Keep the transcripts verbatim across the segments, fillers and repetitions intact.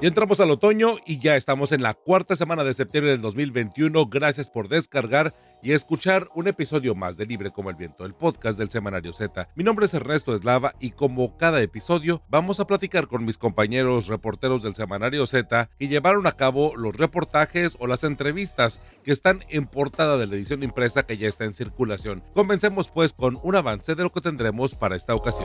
Ya entramos al otoño y ya estamos en la cuarta semana de septiembre del dos mil veintiuno. Gracias por descargar y escuchar un episodio más de Libre como el Viento, el podcast del Semanario Z. Mi nombre es Ernesto Eslava y como cada episodio vamos a platicar con mis compañeros reporteros del Semanario Z que llevaron a cabo los reportajes o las entrevistas que están en portada de la edición impresa que ya está en circulación. Comencemos pues con un avance de lo que tendremos para esta ocasión.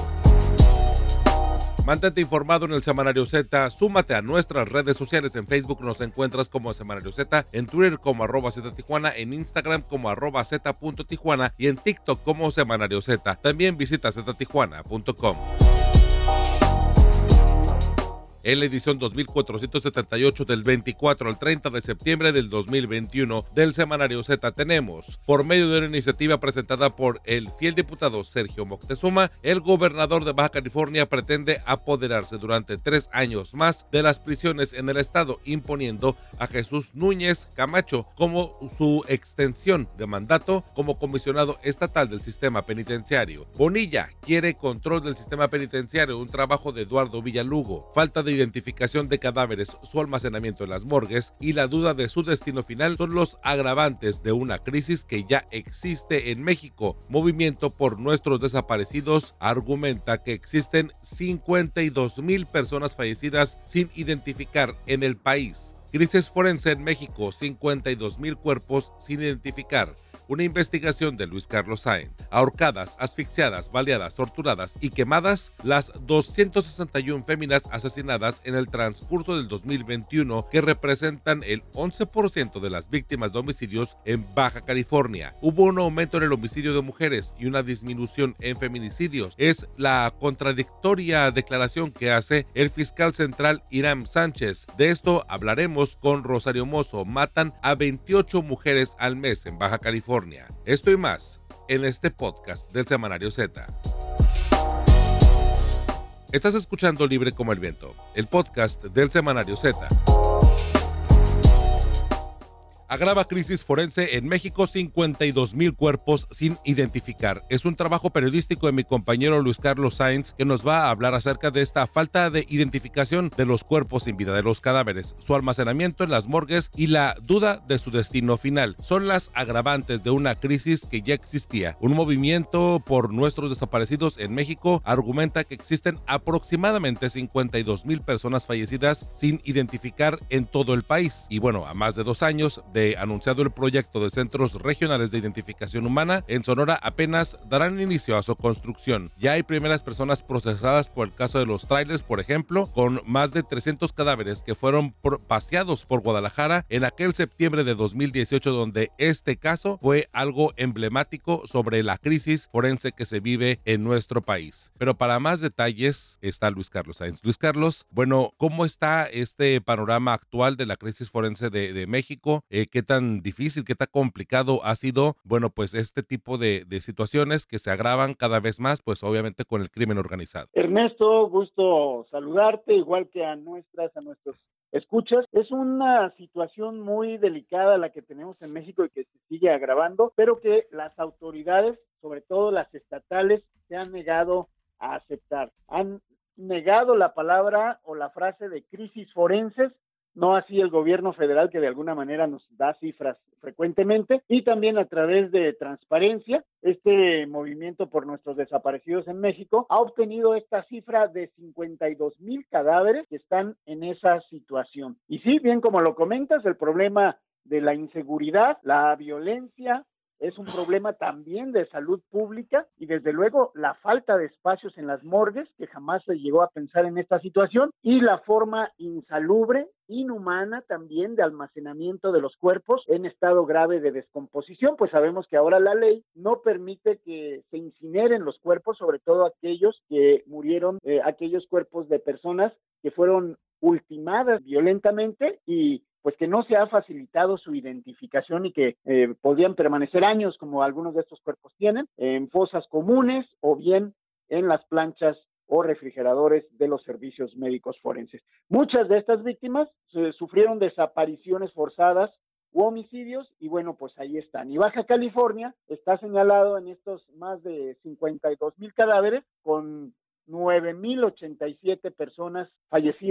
Mantente informado en el Semanario Z, súmate a nuestras redes sociales. En Facebook nos encuentras como Semanario Z, en Twitter como arroba Z Tijuana, en Instagram como arroba Z.Tijuana y en TikTok como Semanario Z. También visita zeta tijuana punto com. En la edición dos mil cuatrocientos setenta y ocho del veinticuatro al treinta de septiembre del dos mil veintiuno del Semanario Z tenemos, por medio de una iniciativa presentada por el fiel diputado Sergio Moctezuma, el gobernador de Baja California pretende apoderarse durante tres años más de las prisiones en el estado, imponiendo a Jesús Núñez Camacho como su extensión de mandato como comisionado estatal del sistema penitenciario. Bonilla quiere control del sistema penitenciario, un trabajo de Eduardo Villalugo. Falta de identificación de cadáveres, su almacenamiento en las morgues y la duda de su destino final son los agravantes de una crisis que ya existe en México. Movimiento por Nuestros Desaparecidos argumenta que existen cincuenta y dos mil personas fallecidas sin identificar en el país. Crisis forense en México, cincuenta y dos mil cuerpos sin identificar. Una investigación de Luis Carlos Sáenz. Ahorcadas, asfixiadas, baleadas, torturadas y quemadas las doscientas sesenta y una féminas asesinadas en el transcurso del dos mil veintiuno, que representan el once por ciento de las víctimas de homicidios en Baja California. Hubo un aumento en el homicidio de mujeres y una disminución en feminicidios. Es la contradictoria declaración que hace el fiscal central Hiram Sánchez. De esto hablaremos con Rosario Mozo. Matan a veintiocho mujeres al mes en Baja California. Esto y más en este podcast del Semanario Z. Estás escuchando Libre como el Viento, el podcast del Semanario Z. Agrava crisis forense en México, cincuenta y dos mil cuerpos sin identificar. Es un trabajo periodístico de mi compañero Luis Carlos Sáenz que nos va a hablar acerca de esta falta de identificación de los cuerpos sin vida, de los cadáveres, su almacenamiento en las morgues y la duda de su destino final. Son las agravantes de una crisis que ya existía. Un movimiento por nuestros desaparecidos en México argumenta que existen aproximadamente cincuenta y dos mil personas fallecidas sin identificar en todo el país. Y bueno, a más de dos años de anunciado el proyecto de centros regionales de identificación humana, en Sonora apenas darán inicio a su construcción. Ya hay primeras personas procesadas por el caso de los trailers, por ejemplo, con más de trescientos cadáveres que fueron por, paseados por Guadalajara en aquel septiembre de dos mil dieciocho, donde este caso fue algo emblemático sobre la crisis forense que se vive en nuestro país. Pero para más detalles está Luis Carlos Sáenz. Luis Carlos, bueno, ¿cómo está este panorama actual de la crisis forense de, de México? Eh, ¿Qué tan difícil, qué tan complicado ha sido, bueno, pues este tipo de, de situaciones que se agravan cada vez más, pues obviamente con el crimen organizado? Ernesto, gusto saludarte, igual que a nuestras, a nuestros escuchas. Es una situación muy delicada la que tenemos en México y que se sigue agravando, pero que las autoridades, sobre todo las estatales, se han negado a aceptar. Han negado la palabra o la frase de crisis forenses, no así el gobierno federal, que de alguna manera nos da cifras frecuentemente, y también a través de Transparencia, este movimiento por nuestros desaparecidos en México ha obtenido esta cifra de cincuenta y dos mil cadáveres que están en esa situación. Y sí, bien como lo comentas, el problema de la inseguridad, la violencia, es un problema también de salud pública y desde luego la falta de espacios en las morgues, que jamás se llegó a pensar en esta situación, y la forma insalubre, inhumana también de almacenamiento de los cuerpos en estado grave de descomposición, pues sabemos que ahora la ley no permite que se incineren los cuerpos, sobre todo aquellos que murieron, eh, aquellos cuerpos de personas que fueron ultimadas violentamente y pues que no se ha facilitado su identificación y que eh, podrían permanecer años, como algunos de estos cuerpos tienen, en fosas comunes o bien en las planchas o refrigeradores de los servicios médicos forenses. Muchas de estas víctimas eh, sufrieron desapariciones forzadas u homicidios y bueno, pues ahí están. Y Baja California está señalado en estos más de cincuenta y dos mil cadáveres con nueve mil ochenta y siete personas fallecidas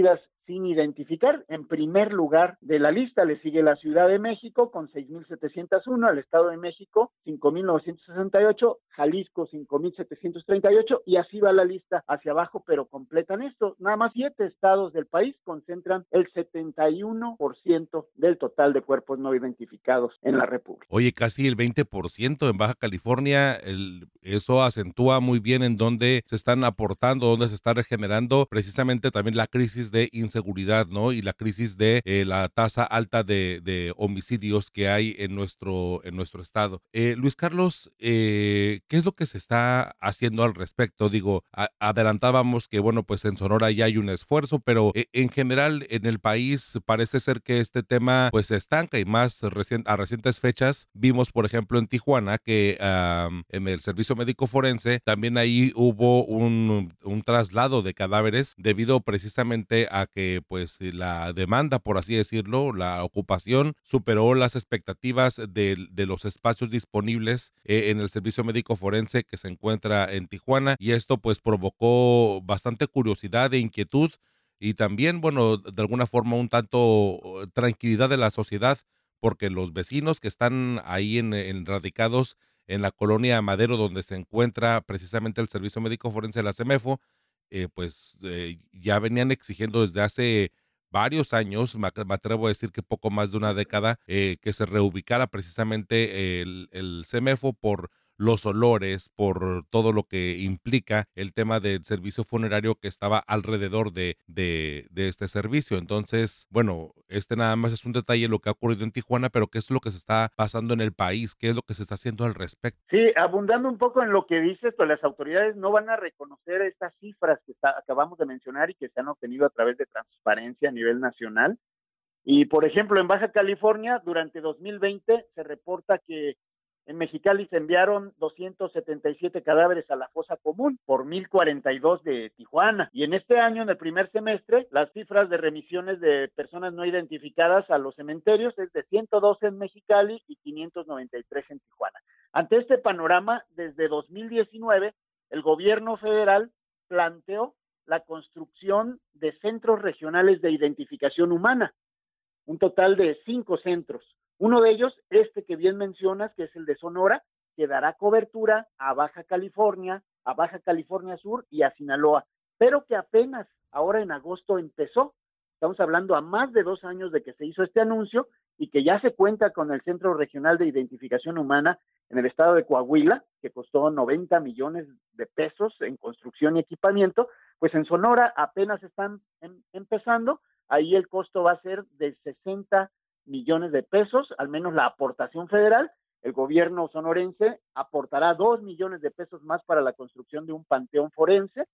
sin identificar. En primer lugar de la lista le sigue la Ciudad de México con seis mil setecientos uno, el Estado de México cinco mil novecientos sesenta y ocho, Jalisco cinco mil setecientos treinta y ocho, y así va la lista hacia abajo, pero completan esto. Nada más siete estados del país concentran el setenta y uno por ciento del total de cuerpos no identificados en la República. Oye, casi el veinte por ciento en Baja California, el, eso acentúa muy bien en dónde se están aportando, dónde se está regenerando precisamente también la crisis de inseguridad, ¿no? Y la crisis de eh, la tasa alta de, de homicidios que hay en nuestro, en nuestro estado. Eh, Luis Carlos, eh, ¿qué es lo que se está haciendo al respecto? Digo, a, adelantábamos que, bueno, pues en Sonora ya hay un esfuerzo, pero eh, en general en el país parece ser que este tema pues se estanca y más recien, a recientes fechas vimos, por ejemplo, en Tijuana que um, en el servicio médico forense también ahí hubo un, un traslado de cadáveres debido precisamente a que pues la demanda, por así decirlo, la ocupación superó las expectativas de, de los espacios disponibles eh, en el servicio médico forense que se encuentra en Tijuana, y esto pues provocó bastante curiosidad e inquietud y también, bueno, de alguna forma un tanto tranquilidad de la sociedad, porque los vecinos que están ahí en, en radicados en la colonia Madero, donde se encuentra precisamente el servicio médico forense de la CEMEFO, eh, pues eh, ya venían exigiendo desde hace varios años, me atrevo a decir que poco más de una década, eh, que se reubicara precisamente el, el CEMEFO por los olores, por todo lo que implica el tema del servicio funerario que estaba alrededor de, de, de este servicio. Entonces, bueno, este nada más es un detalle de lo que ha ocurrido en Tijuana, pero ¿qué es lo que se está pasando en el país? ¿Qué es lo que se está haciendo al respecto? Sí, abundando un poco en lo que dices, pues las autoridades no van a reconocer estas cifras que está, acabamos de mencionar y que se han obtenido a través de transparencia a nivel nacional. Y, por ejemplo, en Baja California, durante dos mil veinte se reporta que en Mexicali se enviaron doscientos setenta y siete cadáveres a la fosa común por mil cuarenta y dos de Tijuana. Y en este año, en el primer semestre, las cifras de remisiones de personas no identificadas a los cementerios es de ciento doce en Mexicali y quinientos noventa y tres en Tijuana. Ante este panorama, desde dos mil diecinueve, el gobierno federal planteó la construcción de centros regionales de identificación humana, un total de cinco centros. Uno de ellos, este que bien mencionas, que es el de Sonora, que dará cobertura a Baja California, a Baja California Sur y a Sinaloa, pero que apenas ahora en agosto empezó. Estamos hablando a más de dos años de que se hizo este anuncio y que ya se cuenta con el Centro Regional de Identificación Humana en el estado de Coahuila, que costó noventa millones de pesos en construcción y equipamiento. Pues en Sonora apenas están en, empezando, ahí el costo va a ser de sesenta millones de pesos, al menos la aportación federal. El gobierno sonorense aportará dos millones de pesos más para la construcción de un panteón forense,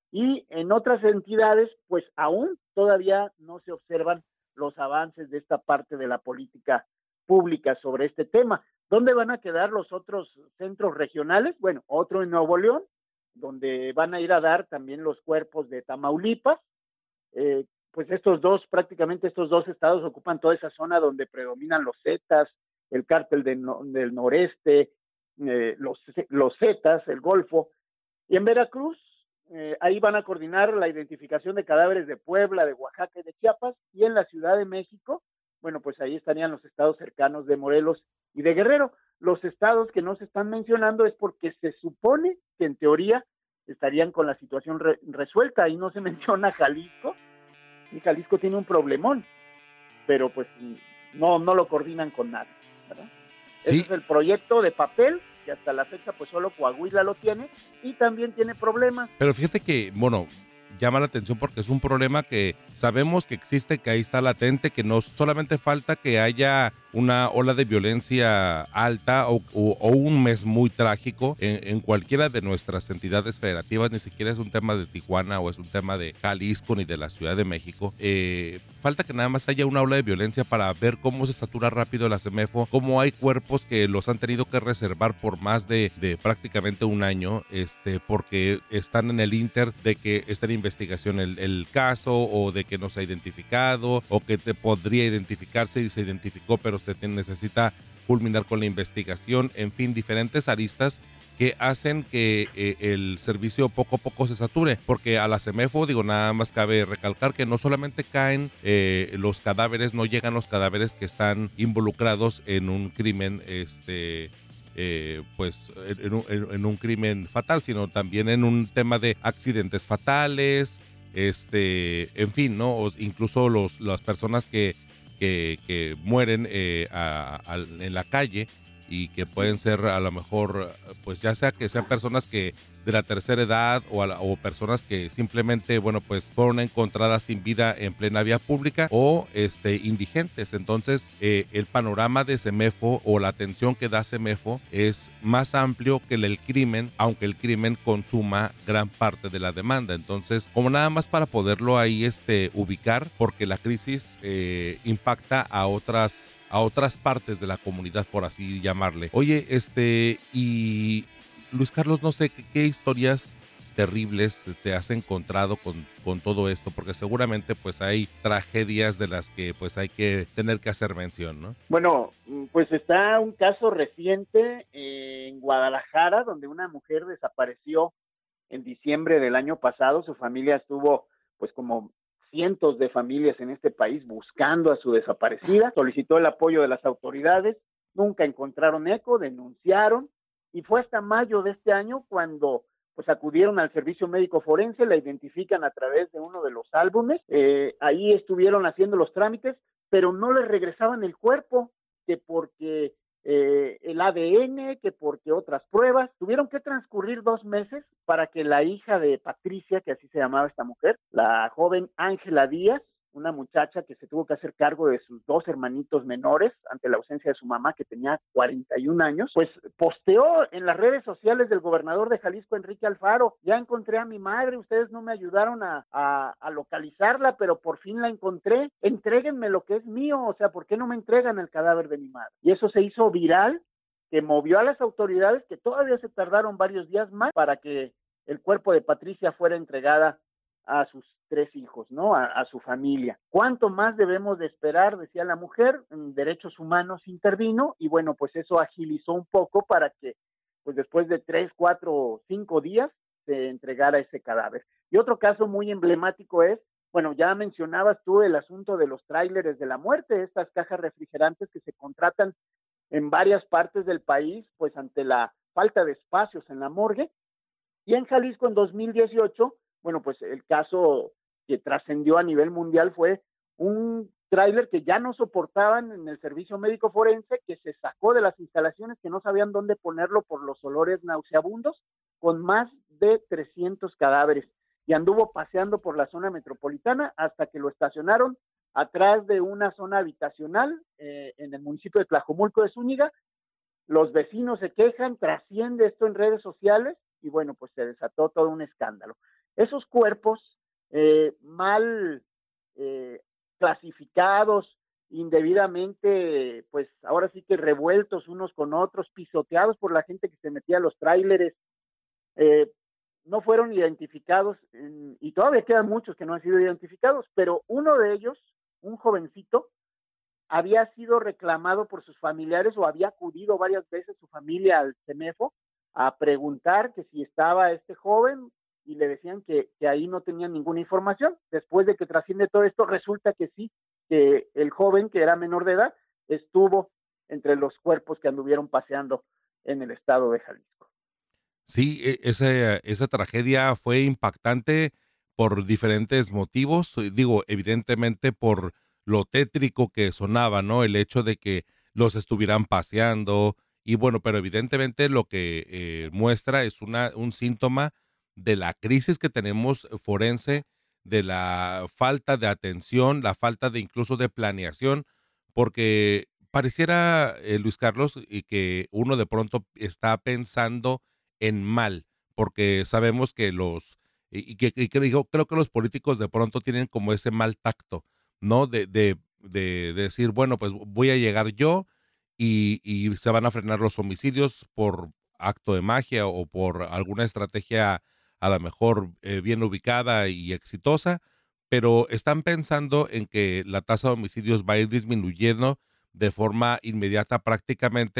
y en otras entidades, pues aún todavía no se observan los avances de esta parte de la política pública sobre este tema. ¿Dónde van a quedar los otros centros regionales? Bueno, otro en Nuevo León, donde van a ir a dar también los cuerpos de Tamaulipas. Eh, pues estos dos, prácticamente estos dos estados ocupan toda esa zona donde predominan los Zetas, el cártel de no, del noreste, eh, los, los Zetas, el Golfo. Y en Veracruz, eh, ahí van a coordinar la identificación de cadáveres de Puebla, de Oaxaca y de Chiapas. Y en la Ciudad de México, bueno, pues ahí estarían los estados cercanos de Morelos y de Guerrero. Los estados que no se están mencionando es porque se supone que en teoría estarían con la situación re resuelta. Ahí no se menciona Jalisco, y Jalisco tiene un problemón, pero pues no, no lo coordinan con nadie, ¿verdad? Sí. Ese es el proyecto de papel, que hasta la fecha pues solo Coahuila lo tiene, y también tiene problemas. Pero fíjate que, bueno, llama la atención porque es un problema que sabemos que existe, que ahí está latente, que no solamente falta que haya una ola de violencia alta o, o, o un mes muy trágico en, en cualquiera de nuestras entidades federativas. Ni siquiera es un tema de Tijuana o es un tema de Jalisco ni de la Ciudad de México. Eh, falta que nada más haya una ola de violencia para ver cómo se satura rápido la CEMEFO, cómo hay cuerpos que los han tenido que reservar por más de, de prácticamente un año, este, porque están en el inter de que está en investigación el, el caso, o de que no se ha identificado, o que te podría identificarse y se identificó pero usted necesita culminar con la investigación. En fin, diferentes aristas que hacen que eh, el servicio poco a poco se sature, porque a la CEMEFO, digo, nada más cabe recalcar que no solamente caen eh, los cadáveres, no llegan los cadáveres que están involucrados en un crimen, este, eh, pues, en un, en un crimen fatal, sino también en un tema de accidentes fatales, este, en fin, ¿no? O incluso los, las personas que, que, que mueren eh, a, a, en la calle, y que pueden ser a lo mejor, pues ya sea que sean personas que de la tercera edad o, a la, o personas que simplemente, bueno, pues fueron encontradas sin vida en plena vía pública o este, indigentes. Entonces, eh, el panorama de CEMEFO o la atención que da CEMEFO es más amplio que el del crimen, aunque el crimen consuma gran parte de la demanda. Entonces, como nada más para poderlo ahí este, ubicar, porque la crisis eh, impacta a otras a otras partes de la comunidad, por así llamarle. Oye, este, y Luis Carlos, no sé qué, qué historias terribles te has encontrado con, con todo esto, porque seguramente pues hay tragedias de las que pues hay que tener que hacer mención, ¿no? Bueno, pues está un caso reciente eh, en Guadalajara, donde una mujer desapareció en diciembre del año pasado. Su familia estuvo pues como cientos de familias en este país buscando a su desaparecida, solicitó el apoyo de las autoridades, nunca encontraron eco, denunciaron, y fue hasta mayo de este año cuando pues acudieron al servicio médico forense, la identifican a través de uno de los álbumes, eh, ahí estuvieron haciendo los trámites, pero no les regresaban el cuerpo, que porque eh, el A D N, que porque otras pruebas, tuvieron que transcurrir dos meses para que la hija de Patricia, que así se llamaba esta mujer, la joven Ángela Díaz, una muchacha que se tuvo que hacer cargo de sus dos hermanitos menores ante la ausencia de su mamá, que tenía cuarenta y un años, pues posteó en las redes sociales del gobernador de Jalisco, Enrique Alfaro: ya encontré a mi madre, ustedes no me ayudaron a, a, a localizarla, pero por fin la encontré, entréguenme lo que es mío, o sea, ¿por qué no me entregan el cadáver de mi madre? Y eso se hizo viral, que movió a las autoridades, que todavía se tardaron varios días más para que el cuerpo de Patricia fuera entregada a sus tres hijos, ¿no? A, a su familia. ¿Cuánto más debemos de esperar? Decía la mujer. Derechos Humanos intervino y bueno, pues eso agilizó un poco para que, pues después de tres, cuatro, cinco días se entregara ese cadáver. Y otro caso muy emblemático es, bueno, ya mencionabas tú el asunto de los tráileres de la muerte, estas cajas refrigerantes que se contratan en varias partes del país, pues ante la falta de espacios en la morgue. Y en Jalisco en dos mil dieciocho, bueno, pues el caso que trascendió a nivel mundial fue un tráiler que ya no soportaban en el servicio médico forense, que se sacó de las instalaciones, que no sabían dónde ponerlo por los olores nauseabundos, con más de trescientos cadáveres, y anduvo paseando por la zona metropolitana hasta que lo estacionaron atrás de una zona habitacional eh, en el municipio de Tlajomulco de Zúñiga. Los vecinos se quejan, trasciende esto en redes sociales y bueno, pues se desató todo un escándalo. Esos cuerpos eh, mal eh, clasificados, indebidamente, pues ahora sí que revueltos unos con otros, pisoteados por la gente que se metía a los tráileres, eh, no fueron identificados, en, y todavía quedan muchos que no han sido identificados, pero uno de ellos, un jovencito, había sido reclamado por sus familiares o había acudido varias veces su familia al CEMEFO a preguntar que si estaba este joven, y le decían que, que ahí no tenían ninguna información. Después de que trasciende todo esto, resulta que sí, que el joven, que era menor de edad, estuvo entre los cuerpos que anduvieron paseando en el estado de Jalisco. Sí, e- esa, esa tragedia fue impactante por diferentes motivos. eh, Digo, evidentemente por lo tétrico que sonaba, ¿no? El hecho de que los estuvieran paseando. Y bueno, pero evidentemente lo que eh, muestra es una, un síntoma de la crisis que tenemos forense, de la falta de atención, la falta de incluso de planeación, porque pareciera, eh, Luis Carlos, y que uno de pronto está pensando en mal, porque sabemos que los, y, y que, y que digo, creo que los políticos de pronto tienen como ese mal tacto, ¿no? De, de, de, de decir, bueno, pues voy a llegar yo y, y se van a frenar los homicidios por acto de magia o por alguna estrategia a lo mejor eh, bien ubicada y exitosa, pero están pensando en que la tasa de homicidios va a ir disminuyendo de forma inmediata prácticamente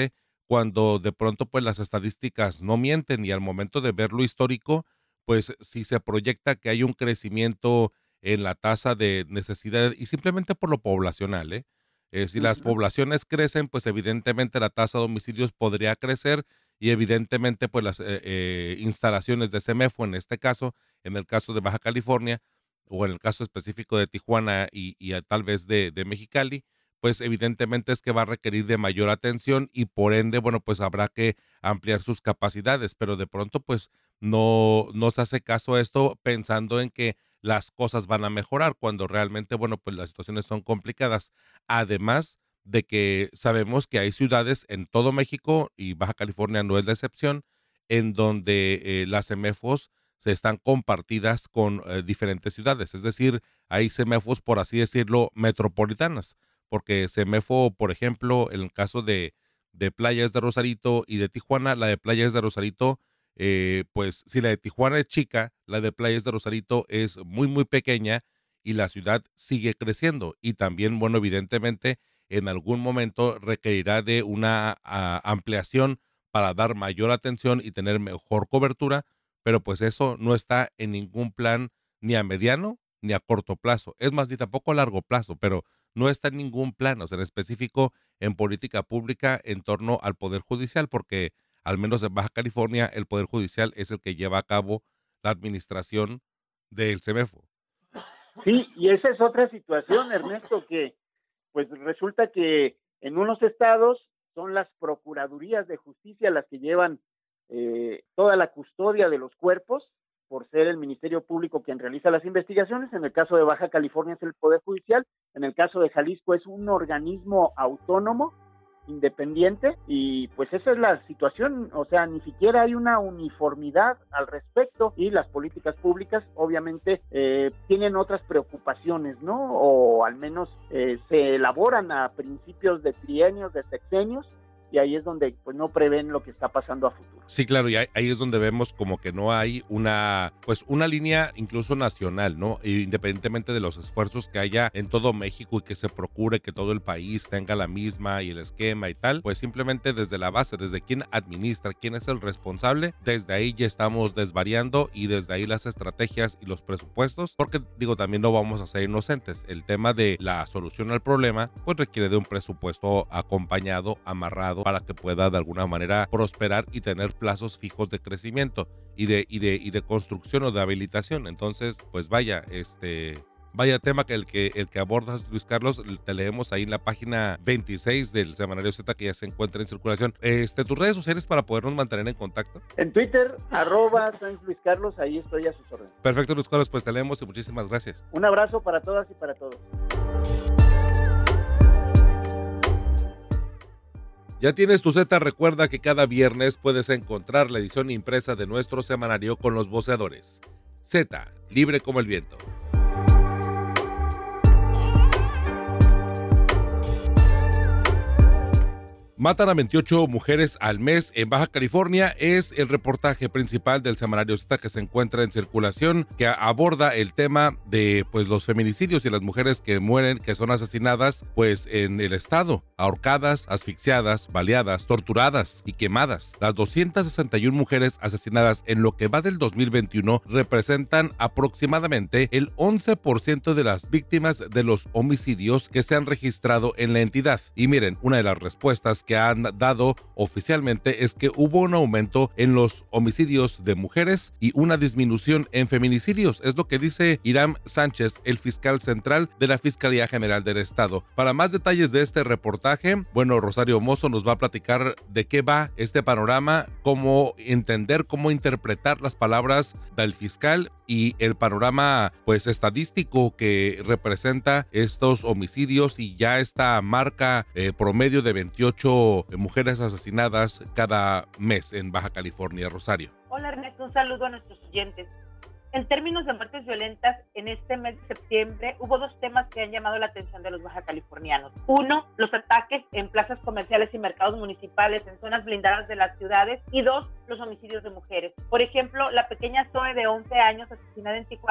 cuando de pronto pues las estadísticas no mienten y al momento de ver lo histórico, pues si se proyecta que hay un crecimiento en la tasa de necesidad y simplemente por lo poblacional, ¿eh? Eh, si las Ujú. poblaciones crecen, pues evidentemente la tasa de homicidios podría crecer y evidentemente pues las eh, eh, instalaciones de CEMEFO en este caso, en el caso de Baja California o en el caso específico de Tijuana y, y a- tal vez de, de Mexicali, pues evidentemente es que va a requerir de mayor atención y por ende, bueno, pues habrá que ampliar sus capacidades, pero de pronto pues no, no se hace caso a esto pensando en que las cosas van a mejorar cuando realmente, bueno, pues las situaciones son complicadas. Además de que sabemos que hay ciudades en todo México y Baja California no es la excepción, en donde eh, las CEMEFOS se están compartidas con eh, diferentes ciudades. Es decir, hay CEMEFOS, por así decirlo, metropolitanas, porque CEMEFO, por ejemplo, en el caso de, de Playas de Rosarito y de Tijuana, la de Playas de Rosarito, eh, pues si la de Tijuana es chica, la de Playas de Rosarito es muy, muy pequeña y la ciudad sigue creciendo. Y también, bueno, evidentemente, en algún momento requerirá de una a, ampliación para dar mayor atención y tener mejor cobertura, pero pues eso no está en ningún plan ni a mediano ni a corto plazo. Es más, ni tampoco a largo plazo, pero no está en ningún plan, o sea, en específico en política pública en torno al Poder Judicial, porque al menos en Baja California el Poder Judicial es el que lleva a cabo la administración del CEMEFO. Sí, y esa es otra situación, Ernesto, que pues resulta que en unos estados son las procuradurías de justicia las que llevan eh, toda la custodia de los cuerpos, por ser el Ministerio Público quien realiza las investigaciones. En el caso de Baja California es el Poder Judicial, en el caso de Jalisco es un organismo autónomo, independiente, y pues esa es la situación. O sea, ni siquiera hay una uniformidad al respecto, y las políticas públicas obviamente eh, tienen otras preocupaciones, ¿no? O al menos eh, se elaboran a principios de trienios, de sexenios, y ahí es donde pues no prevén lo que está pasando a futuro. Sí, claro, y ahí, ahí es donde vemos como que no hay una, pues una línea incluso nacional, ¿no? E independientemente de los esfuerzos que haya en todo México y que se procure que todo el país tenga la misma y el esquema y tal, pues simplemente desde la base, desde quién administra, quién es el responsable, desde ahí ya estamos desvariando y desde ahí las estrategias y los presupuestos, porque digo, también no vamos a ser inocentes. El tema de la solución al problema, pues requiere de un presupuesto acompañado, amarrado, para que pueda de alguna manera prosperar y tener plazos fijos de crecimiento y de, y de, y de construcción o de habilitación. Entonces, pues vaya, este, vaya tema que el que, el que abordas, Luis Carlos, te leemos ahí en la página veintiséis del Semanario Z, que ya se encuentra en circulación. Este, tus redes sociales para podernos mantener en contacto. En Twitter, arroba Sáenz Luis Carlos, ahí estoy a sus órdenes. Perfecto, Luis Carlos, pues te leemos y muchísimas gracias. Un abrazo para todas y para todos. Ya tienes tu Z, recuerda que cada viernes puedes encontrar la edición impresa de nuestro semanario con los voceadores. Z, libre como el viento. Matan a veintiocho mujeres al mes en Baja California es el reportaje principal del Semanario Z que se encuentra en circulación, que aborda el tema de pues los feminicidios y las mujeres que mueren, que son asesinadas pues en el estado, ahorcadas, asfixiadas, baleadas, torturadas y quemadas. Las doscientas sesenta y una mujeres asesinadas en lo que va del dos mil veintiuno representan aproximadamente el once por ciento de las víctimas de los homicidios que se han registrado en la entidad. Y miren, una de las respuestas que que han dado oficialmente es que hubo un aumento en los homicidios de mujeres y una disminución en feminicidios. Es lo que dice Hiram Sánchez, el fiscal central de la Fiscalía General del Estado. Para más detalles de este reportaje, bueno, Rosario Mozo nos va a platicar de qué va este panorama, cómo entender, cómo interpretar las palabras del fiscal y el panorama pues estadístico que representa estos homicidios y ya esta marca eh, promedio de veintiocho mujeres asesinadas cada mes en Baja California. Rosario. Hola Ernesto, un saludo a nuestros oyentes. En términos de muertes violentas, en este mes de septiembre hubo dos temas que han llamado la atención de los baja californianos. Uno, los ataques en plazas comerciales y mercados municipales en zonas blindadas de las ciudades. Y dos, los homicidios de mujeres. Por ejemplo, la pequeña Zoe de once años asesinada en Tijuana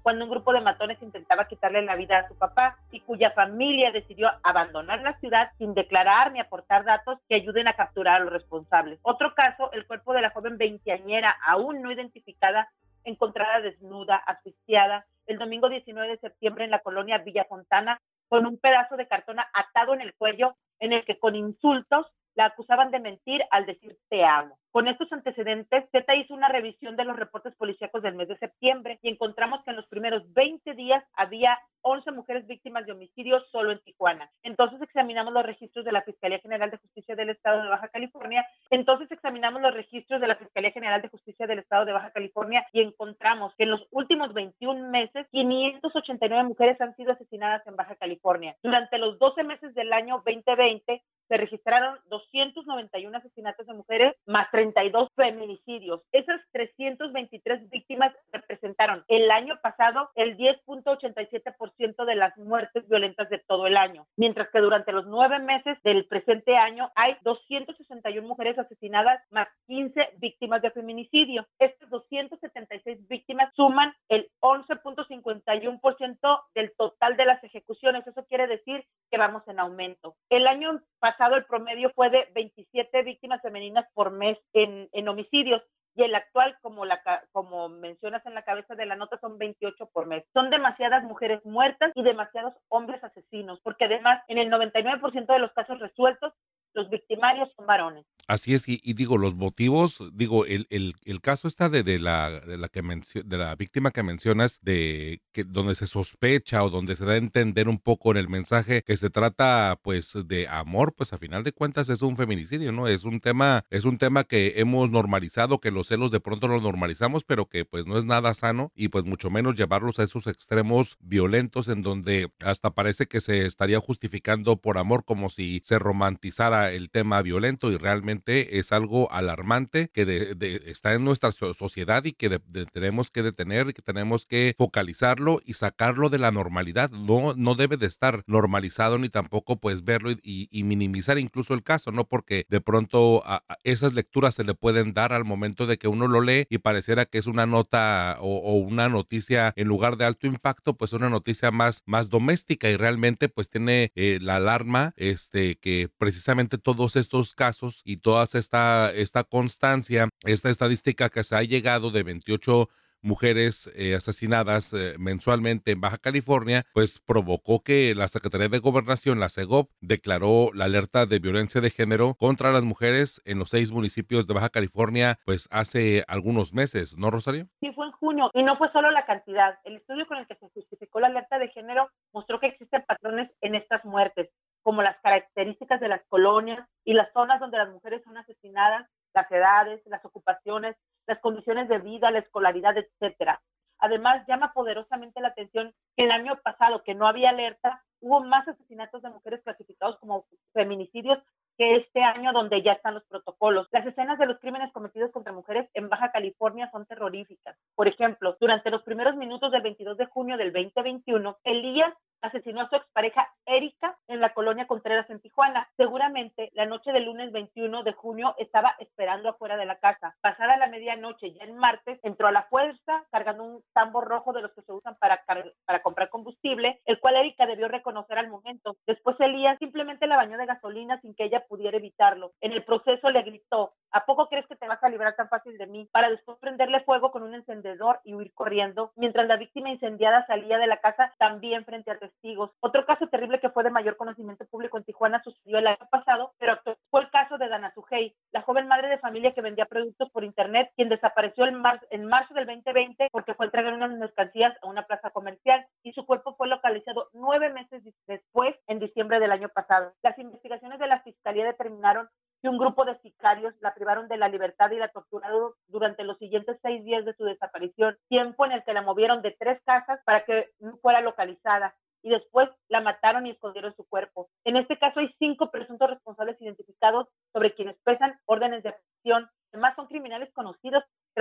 cuando un grupo de matones intentaba quitarle la vida a su papá y cuya familia decidió abandonar la ciudad sin declarar ni aportar datos que ayuden a capturar a los responsables. Otro caso, el cuerpo de la joven veinteañera aún no identificada, encontrada desnuda, asfixiada, el domingo diecinueve de septiembre en la colonia Villa Fontana, con un pedazo de cartón atado en el cuello, en el que con insultos la acusaban de mentir al decir te amo. Con estos antecedentes, Z hizo una revisión de los reportes policíacos del mes de septiembre y encontramos que en los primeros veinte días había once mujeres víctimas de homicidio solo en Tijuana. Entonces examinamos los registros de la Fiscalía General de Justicia del Estado de Baja California. Entonces examinamos los registros de la Fiscalía General de Justicia del Estado de Baja California y encontramos que en los últimos veintiún meses, quinientas ochenta y nueve mujeres han sido asesinadas en Baja California. Durante los doce meses del año veinte veinte, se registraron doscientos noventa y uno asesinatos de mujeres más treinta y dos feminicidios. Esas trescientas veintitrés víctimas representaron el año pasado el diez punto ochenta y siete por ciento de las muertes violentas de todo el año, mientras que durante los nueve meses del presente año hay doscientas sesenta y una mujeres asesinadas más quince víctimas de feminicidio. Estas doscientas setenta y seis víctimas suman el once punto cincuenta y uno por ciento del total de las ejecuciones. Eso quiere decir que vamos en aumento. El año pasado el promedio fue de veintisiete víctimas femeninas por mes en, en homicidios y el actual, como, la, como mencionas en la cabeza de la nota, son veintiocho por mes. Son demasiadas mujeres muertas y demasiados hombres asesinos, porque además en el noventa y nueve por ciento de los casos resueltos, los victimarios son varones. Así es, y, y digo, los motivos, digo, el, el, el caso está de, de la de la que mencio, de la víctima que mencionas, de que donde se sospecha o donde se da a entender un poco en el mensaje que se trata pues de amor, pues a final de cuentas es un feminicidio, ¿no? Es un tema, es un tema que hemos normalizado, que los celos de pronto los normalizamos, pero que pues no es nada sano y pues mucho menos llevarlos a esos extremos violentos en donde hasta parece que se estaría justificando por amor como si se romantizara el tema violento y realmente es algo alarmante que de, de, está en nuestra sociedad y que de, de, tenemos que detener y que tenemos que focalizarlo y sacarlo de la normalidad. No, no debe de estar normalizado ni tampoco pues verlo y, y, y minimizar incluso el caso, ¿no? Porque de pronto a, a esas lecturas se le pueden dar al momento de que uno lo lee y pareciera que es una nota o, o una noticia en lugar de alto impacto, pues una noticia más, más doméstica y realmente pues tiene eh, la alarma este que precisamente todos estos casos y toda esta, esta constancia, esta estadística que se ha llegado de veintiocho mujeres eh, asesinadas eh, mensualmente en Baja California, pues provocó que la Secretaría de Gobernación, la SEGOV, declaró la alerta de violencia de género contra las mujeres en los seis municipios de Baja California, pues hace algunos meses, ¿no, Rosario? Sí, fue en junio y no fue solo la cantidad. El estudio con el que se justificó la alerta de género mostró que existen patrones en estas muertes, como las características de las colonias y las zonas donde las mujeres son asesinadas, las edades, las ocupaciones, las condiciones de vida, la escolaridad, etcétera. Además, llama poderosamente la atención que el año pasado, que no había alerta, hubo más asesinatos de mujeres clasificados como feminicidios que este año donde ya están los protocolos. Las escenas de los crímenes cometidos contra mujeres en Baja California son terroríficas. Por ejemplo, durante los primeros minutos del veintidós de junio del veinte veintiuno, Elías asesinó a su expareja Erika en la colonia Contreras en Tijuana. Seguramente la noche del lunes veintiuno de junio estaba esperando afuera de la casa. Pasada la medianoche, ya en martes, entró a la fuerza cargando un tambor rojo de los que se usan para, para comprar combustible, el cual Erika debió reconocer al momento. Después Elías simplemente la bañó de gasolina sin que ella pudiera evitarlo. En el proceso le gritó: ¿a poco crees que te vas a librar tan fácil de mí? Para después prenderle fuego con un encendedor y huir corriendo, mientras la víctima incendiada salía de la casa también frente a testigos. Otro caso terrible que fue de mayor conocimiento público en Tijuana sucedió el año pasado, pero fue el caso de Dana Sujei, la joven madre de familia que vendía productos por internet, quien desapareció en, mar en marzo del veinte veinte porque fue a entregar unas mercancías a una plaza comercial y su cuerpo fue localizado nueve meses después, en diciembre del año pasado. Las investigaciones de la Fiscalía determinaron que un grupo de sicarios la privaron de la libertad y la torturaron durante los siguientes seis días de su desaparición, tiempo en el que la movieron de tres casas para que no fuera localizada, y después la mataron y escondieron su cuerpo. En este caso hay cinco presuntos responsables identificados sobre quienes pesan órdenes de prisión. Además son criminales conocidos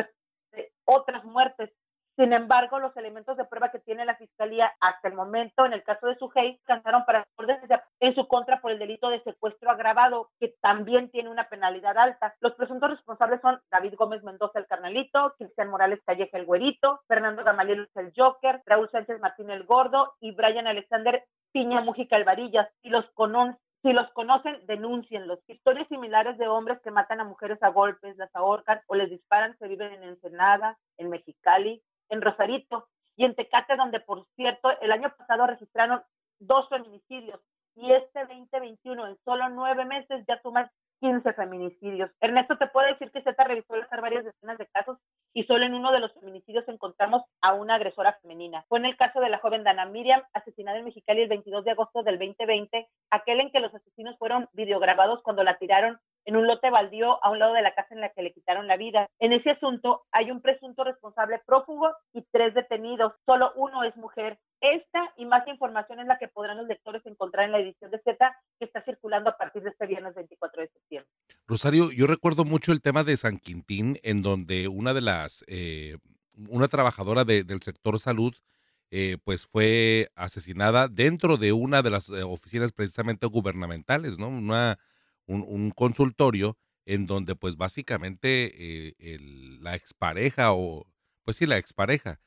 de otras muertes. Sin embargo, los elementos de prueba que tiene la Fiscalía hasta el momento, en el caso de Sujei, alcanzaron para órdenes de en su contra por el delito de secuestro agravado, que también tiene una penalidad alta. Los presuntos responsables son David Gómez Mendoza, el carnal Carnalito, Cristian Morales Calleja el Güerito, Fernando Gamaliel el Joker, Raúl Sánchez Martín el Gordo y Brian Alexander Piña Mújica el Varillas. Si los conocen, si los conocen, denúncienlos. Historias similares de hombres que matan a mujeres a golpes, las ahorcan o les disparan se viven en Ensenada, en Mexicali, en Rosarito y en Tecate, donde, por cierto, el año pasado registraron dos feminicidios y este veinte veintiuno, en solo nueve meses, ya suman quince feminicidios. Ernesto, te puedo decir que Z revisó varias decenas de casos y solo en uno de los feminicidios encontramos a una agresora femenina. Fue en el caso de la joven Dana Miriam, asesinada en Mexicali el veintidós de agosto del veinte veinte, aquel en que los asesinos fueron videograbados cuando la tiraron en un lote baldío a un lado de la casa en la que le quitaron la vida. En ese asunto hay un presunto responsable prófugo y tres detenidos. Solo uno es mujer. Esta y más información es la que podrán los lectores encontrar en la edición de Z que está circulando a partir de este viernes veinticuatro de septiembre. Rosario, yo recuerdo mucho el tema de San Quintín, en donde una de las, eh, una trabajadora de, del sector salud, eh, pues fue asesinada dentro de una de las eh, oficinas precisamente gubernamentales, ¿no? Una, un, un consultorio en donde pues básicamente eh, el- la expareja o, pues sí, la expareja,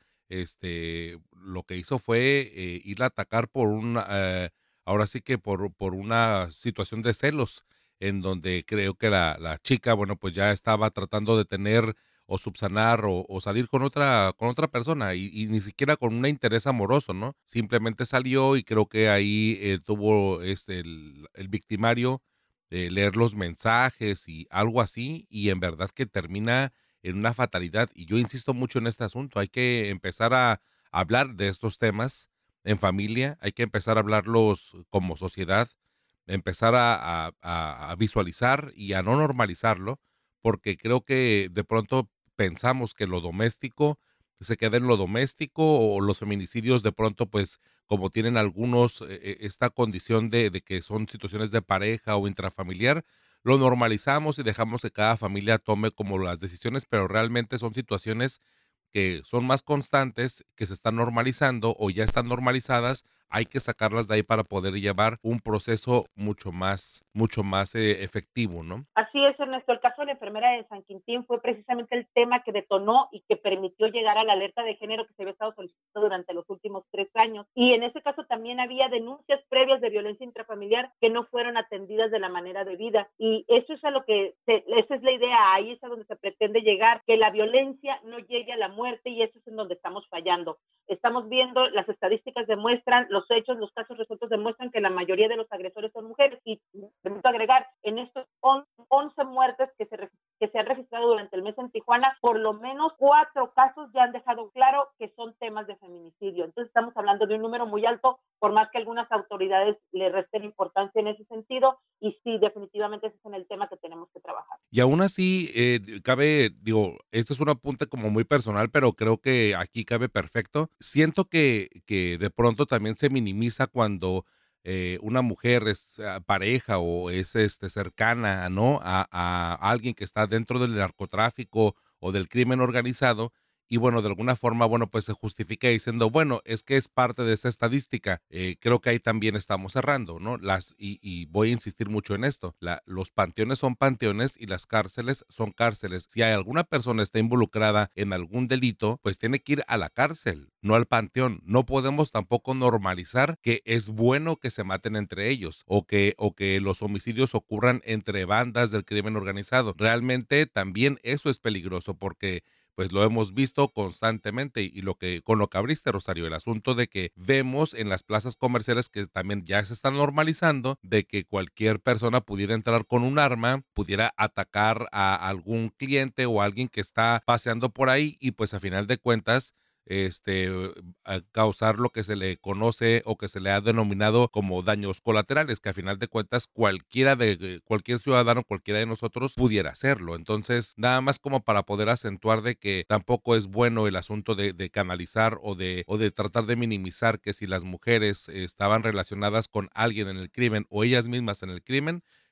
este, lo que hizo fue eh, irla a atacar por una, eh, ahora sí que por, por una situación de celos en donde creo que la, la chica, bueno, pues ya estaba tratando de tener o subsanar o, o salir con otra, con otra persona y, y ni siquiera con un interés amoroso, ¿no? Simplemente salió y creo que ahí eh, tuvo este, el, el victimario eh, leer los mensajes y algo así y en verdad que termina en una fatalidad. Y yo insisto mucho en este asunto, hay que empezar a hablar de estos temas en familia, hay que empezar a hablarlos como sociedad, empezar a, a- a- a visualizar y a no normalizarlo, porque creo que de pronto pensamos que lo doméstico se queda en lo doméstico o los feminicidios de pronto pues como tienen algunos eh, eh, esta condición de, de que son situaciones de pareja o intrafamiliar, lo normalizamos y dejamos que cada familia tome como las decisiones, pero realmente son situaciones que son más constantes, que se están normalizando o ya están normalizadas, hay que sacarlas de ahí para poder llevar un proceso mucho más, mucho más eh, efectivo, ¿no? Así es, Ernesto. El caso de la enfermera de San Quintín fue precisamente el tema que detonó y que permitió llegar a la alerta de género que se había estado solicitando durante los últimos tres años. Y en ese caso también había denuncias previas de violencia intrafamiliar que no fueron atendidas de la manera debida. Y eso es a lo que, se, esa es la idea, ahí es a donde se pretende llegar, que la violencia no llegue a la muerte y eso es en donde estamos fallando. Estamos viendo, las estadísticas demuestran, los hechos, los casos resueltos demuestran que la mayoría de los agresores son mujeres. Y permito agregar, en estos once muertes que se, que se han registrado durante el mes en Tijuana, por lo menos cuatro casos ya han dejado claro que son temas de feminicidio. Entonces estamos hablando de un número muy alto, por más que algunas autoridades le resten importancia en ese sentido, y sí, definitivamente ese es en el tema que tenemos que trabajar. Y aún así, eh, cabe, digo, este es un apunte como muy personal, pero creo que aquí cabe perfecto. Siento que, que de pronto también se minimiza cuando eh, una mujer es ah, pareja o es este, cercana, ¿no? A, a alguien que está dentro del narcotráfico o del crimen organizado. Y bueno, de alguna forma, bueno, pues se justifica diciendo, bueno, es que es parte de esa estadística. Eh, creo que ahí también estamos cerrando, ¿no? Las, y, y voy a insistir mucho en esto. La, los panteones son panteones y las cárceles son cárceles. Si hay alguna persona está involucrada en algún delito, pues tiene que ir a la cárcel, no al panteón. No podemos tampoco normalizar que es bueno que se maten entre ellos o que, o que los homicidios ocurran entre bandas del crimen organizado. Realmente también eso es peligroso porque pues lo hemos visto constantemente y lo que con lo que abriste, Rosario, el asunto de que vemos en las plazas comerciales que también ya se están normalizando de que cualquier persona pudiera entrar con un arma, pudiera atacar a algún cliente o a alguien que está paseando por ahí y pues a final de cuentas este, a causar lo que se le conoce o que se le ha denominado como daños colaterales, que a final de cuentas cualquiera de cualquier ciudadano, cualquiera de nosotros pudiera hacerlo. Entonces, nada más como para poder acentuar de que tampoco es bueno el asunto de, de canalizar o de, o de tratar de minimizar que si las mujeres eh, estaban relacionadas con alguien en el crimen o ellas mismas en el crimen,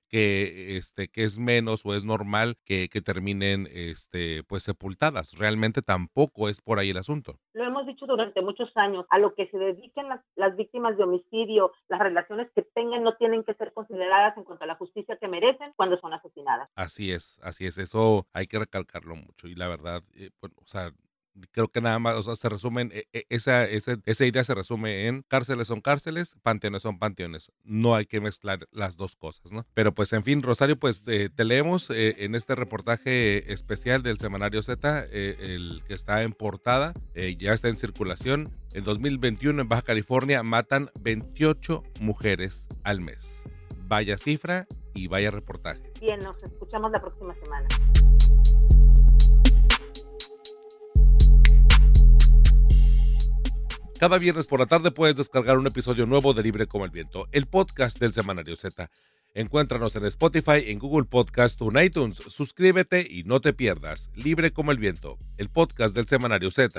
que, este, que es menos o es normal que, que terminen este, pues sepultadas. Realmente tampoco es por ahí el asunto. Lo hemos dicho durante muchos años, a lo que se dediquen las, las víctimas de homicidio, las relaciones que tengan no tienen que ser consideradas en cuanto a la justicia que merecen cuando son asesinadas. Así es, así es, eso hay que recalcarlo mucho y la verdad, eh, bueno, o sea, creo que nada más, o sea, se resumen, e- e- esa, esa, esa idea se resume en cárceles son cárceles, panteones son panteones. No hay que mezclar las dos cosas, ¿no? Pero pues, en fin, Rosario, pues eh, te leemos eh, en este reportaje especial del Semanario Z, eh, el que está en portada, eh, ya está en circulación. En dos mil veintiuno en Baja California matan veintiocho mujeres al mes. Vaya cifra y vaya reportaje. Bien, nos escuchamos la próxima semana. Cada viernes por la tarde puedes descargar un episodio nuevo de Libre como el Viento, el podcast del Semanario Z. Encuéntranos en Spotify, en Google Podcast o en iTunes. Suscríbete y no te pierdas Libre como el Viento, el podcast del Semanario Z.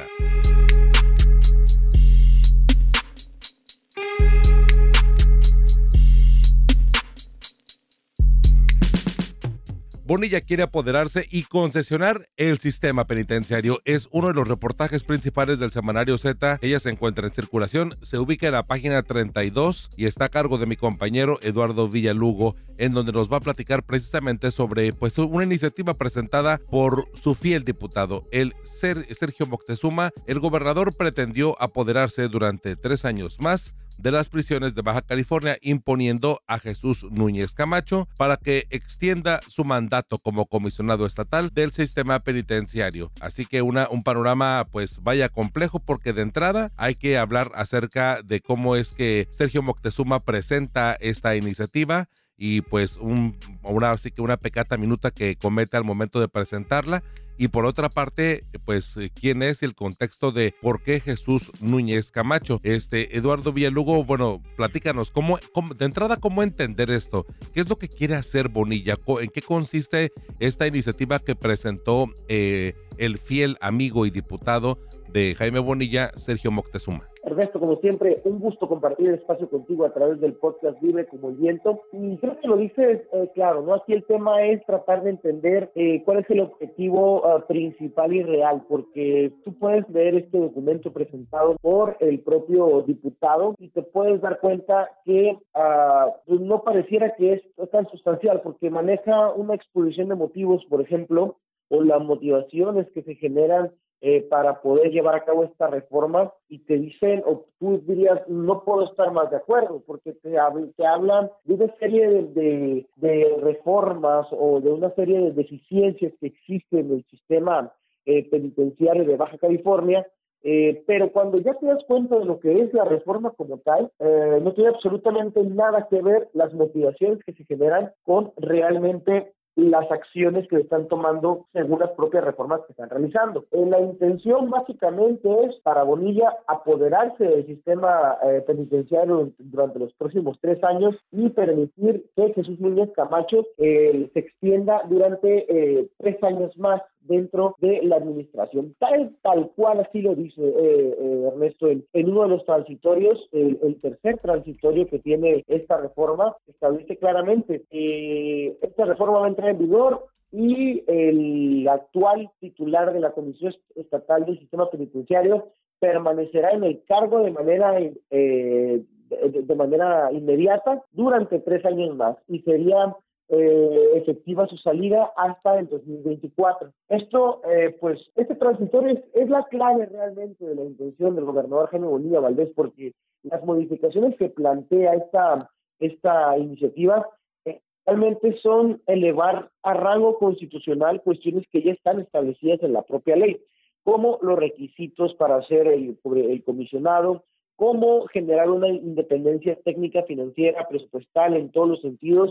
Bonilla quiere apoderarse y concesionar el sistema penitenciario. Es uno de los reportajes principales del Semanario Z. Ella se encuentra en circulación, se ubica en la página treinta y dos y está a cargo de mi compañero Eduardo Villalugo, en donde nos va a platicar precisamente sobre pues, una iniciativa presentada por su fiel diputado, el Sergio Moctezuma. El gobernador pretendió apoderarse durante tres años más de las prisiones de Baja California, imponiendo a Jesús Núñez Camacho para que extienda su mandato como comisionado estatal del sistema penitenciario. Así que una, un panorama pues vaya complejo, porque de entrada hay que hablar acerca de cómo es que Sergio Moctezuma presenta esta iniciativa y pues un, una, así que una pecata minuta que comete al momento de presentarla. Y por otra parte, pues, ¿quién es el contexto de por qué Jesús Núñez Camacho? Este, Eduardo Villalugo, bueno, platícanos, ¿cómo, cómo, de entrada, ¿cómo entender esto? ¿Qué es lo que quiere hacer Bonilla? ¿En qué consiste esta iniciativa que presentó eh, el fiel amigo y diputado de Jaime Bonilla, Sergio Moctezuma? Ernesto, como siempre, un gusto compartir el espacio contigo a través del podcast Libre como el Viento. Y creo que lo dices eh, claro, ¿no? Aquí el tema es tratar de entender eh, cuál es el objetivo uh, principal y real, porque tú puedes ver este documento presentado por el propio diputado y te puedes dar cuenta que uh, pues no pareciera que es tan sustancial, porque maneja una exposición de motivos, por ejemplo, o las motivaciones que se generan Eh, para poder llevar a cabo esta reforma, y te dicen, o tú dirías, no puedo estar más de acuerdo, porque te, hab- te hablan de una serie de, de, de reformas o de una serie de deficiencias que existen en el sistema eh, penitenciario de Baja California, eh, pero cuando ya te das cuenta de lo que es la reforma como tal, eh, no tiene absolutamente nada que ver las motivaciones que se generan con realmente las acciones que están tomando según las propias reformas que están realizando. Eh, la intención básicamente es para Bonilla apoderarse del sistema eh, penitenciario durante los próximos tres años y permitir que Jesús Núñez Camacho eh, se extienda durante eh, tres años más dentro de la administración. Tal, tal cual así lo dice eh, eh, Ernesto, en, en uno de los transitorios, el, el tercer transitorio que tiene esta reforma, establece claramente que eh, esta reforma va a entrar en vigor y el actual titular de la Comisión Estatal del Sistema Penitenciario permanecerá en el cargo de manera eh, de, de manera inmediata durante tres años más, y sería Eh, efectiva su salida hasta el dos mil veinticuatro. Esto, eh, pues, este transitorio es, es la clave realmente de la intención del gobernador Jaime Bonilla Valdés, porque las modificaciones que plantea esta, esta iniciativa eh, realmente son elevar a rango constitucional cuestiones que ya están establecidas en la propia ley, como los requisitos para ser el, el comisionado, cómo generar una independencia técnica, financiera, presupuestal en todos los sentidos,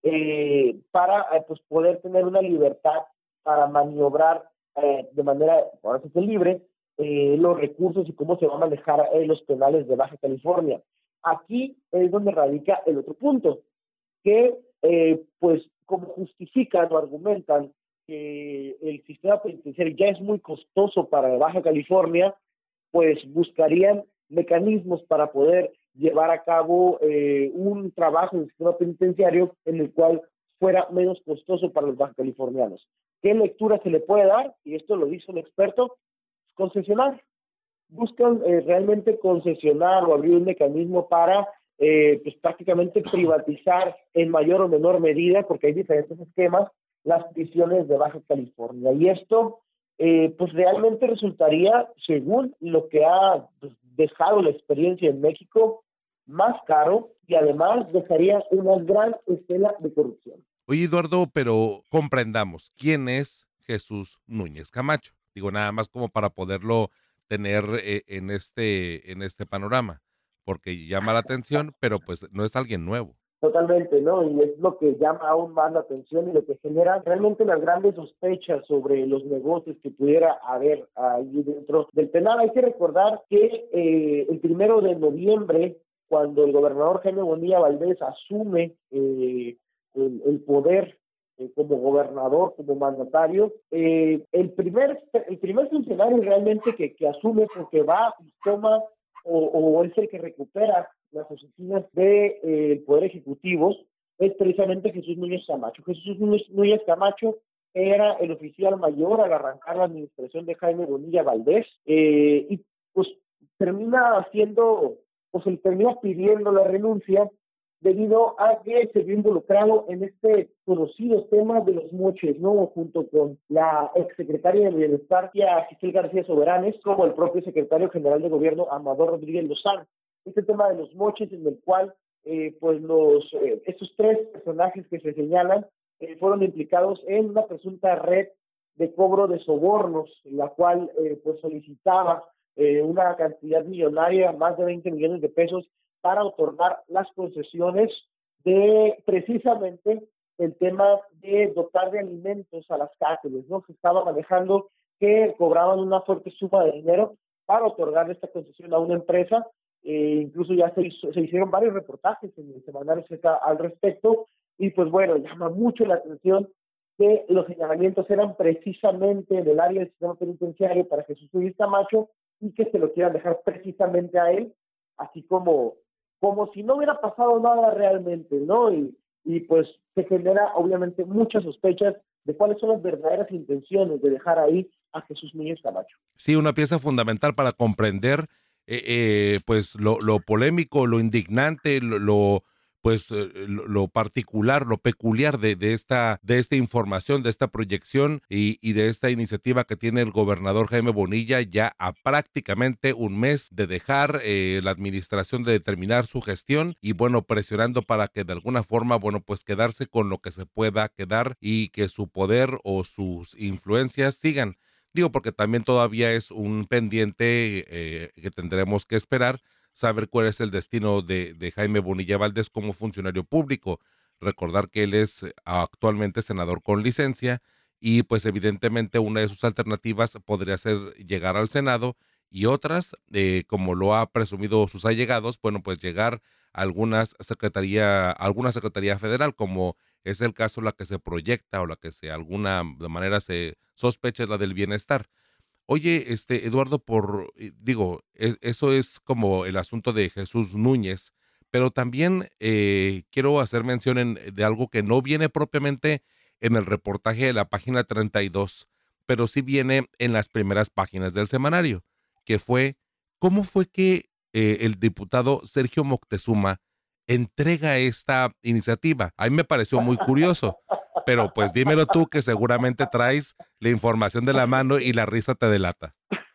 Eh, para eh, pues poder tener una libertad para maniobrar eh, de manera, ahora sí que libre, eh, los recursos y cómo se va a manejar eh, los penales de Baja California. Aquí es donde radica el otro punto, que eh, pues como justifican o argumentan que el sistema penitenciario ya es muy costoso para Baja California, pues buscarían mecanismos para poder llevar a cabo eh, un trabajo en el sistema penitenciario en el cual fuera menos costoso para los bajacalifornianos. ¿Qué lectura se le puede dar? Y esto lo dice un experto, concesionar. Buscan eh, realmente concesionar o abrir un mecanismo para eh, pues prácticamente privatizar en mayor o menor medida, porque hay diferentes esquemas, las prisiones de Baja California. Y esto eh, pues realmente resultaría, según lo que ha pues, dejado la experiencia en México, más caro y además dejaría una gran estela de corrupción. Oye, Eduardo, pero comprendamos, ¿quién es Jesús Núñez Camacho? Digo, nada más como para poderlo tener eh, en este en este panorama, porque llama la atención, pero pues no es alguien nuevo. Totalmente, ¿no? Y es lo que llama aún más la atención y lo que genera realmente las grandes sospechas sobre los negocios que pudiera haber ahí dentro del penal. Hay que recordar que eh, el primero de noviembre, cuando el gobernador Jaime Bonilla Valdés asume eh, el, el poder eh, como gobernador, como mandatario, eh, el primer el primer funcionario realmente que, que asume, porque va y toma o, o es el que recupera las oficinas del de, eh, Poder Ejecutivo, es precisamente Jesús Núñez Camacho. Jesús Núñez, Núñez Camacho era el oficial mayor al arrancar la administración de Jaime Bonilla Valdés, eh, y pues termina haciendo, pues él termina pidiendo la renuncia debido a que se vio involucrado en este conocido tema de los moches, ¿no? Junto con la exsecretaria de Bienestar, Giselle García Soberanes, como el propio secretario general de Gobierno, Amador Rodríguez Lozano. Este tema de los moches, en el cual eh, pues los eh, estos tres personajes que se señalan eh, fueron implicados en una presunta red de cobro de sobornos, en la cual eh, pues solicitaba eh, una cantidad millonaria, más de veinte millones de pesos, para otorgar las concesiones de precisamente el tema de dotar de alimentos a las cárceles, ¿no? Se estaba manejando que cobraban una fuerte suma de dinero para otorgar esta concesión a una empresa. Eh, incluso ya se, hizo, se hicieron varios reportajes en el semanario Z al respecto, y pues bueno, llama mucho la atención que los señalamientos eran precisamente del área del sistema penitenciario para Jesús Núñez Camacho, y que se lo quieran dejar precisamente a él, así como, como si no hubiera pasado nada realmente, ¿no? Y, y pues se genera obviamente muchas sospechas de cuáles son las verdaderas intenciones de dejar ahí a Jesús Núñez Camacho. Sí, una pieza fundamental para comprender Eh, eh, pues lo, lo polémico, lo indignante, lo, lo pues eh, lo, lo particular, lo peculiar de, de esta de esta información, de esta proyección y, y de esta iniciativa que tiene el gobernador Jaime Bonilla ya a prácticamente un mes de dejar eh, la administración, de determinar su gestión y bueno, presionando para que de alguna forma, bueno, pues quedarse con lo que se pueda quedar y que su poder o sus influencias sigan. Digo, porque también todavía es un pendiente eh, que tendremos que esperar, saber cuál es el destino de, de Jaime Bonilla Valdés como funcionario público. Recordar que él es actualmente senador con licencia y pues evidentemente una de sus alternativas podría ser llegar al Senado y otras, eh, como lo ha presumido sus allegados, bueno, pues llegar a algunas secretaría, a alguna secretaría federal, como es el caso la que se proyecta o la que se alguna de manera se sospecha es la del bienestar. Oye, este Eduardo, por digo, es, eso es como el asunto de Jesús Núñez, pero también eh, quiero hacer mención en, de algo que no viene propiamente en el reportaje de la página treinta y dos, pero sí viene en las primeras páginas del semanario, que fue cómo fue que eh, el diputado Sergio Moctezuma entrega esta iniciativa. A mí me pareció muy curioso, pero pues dímelo tú que seguramente traes la información de la mano y la risa te delata.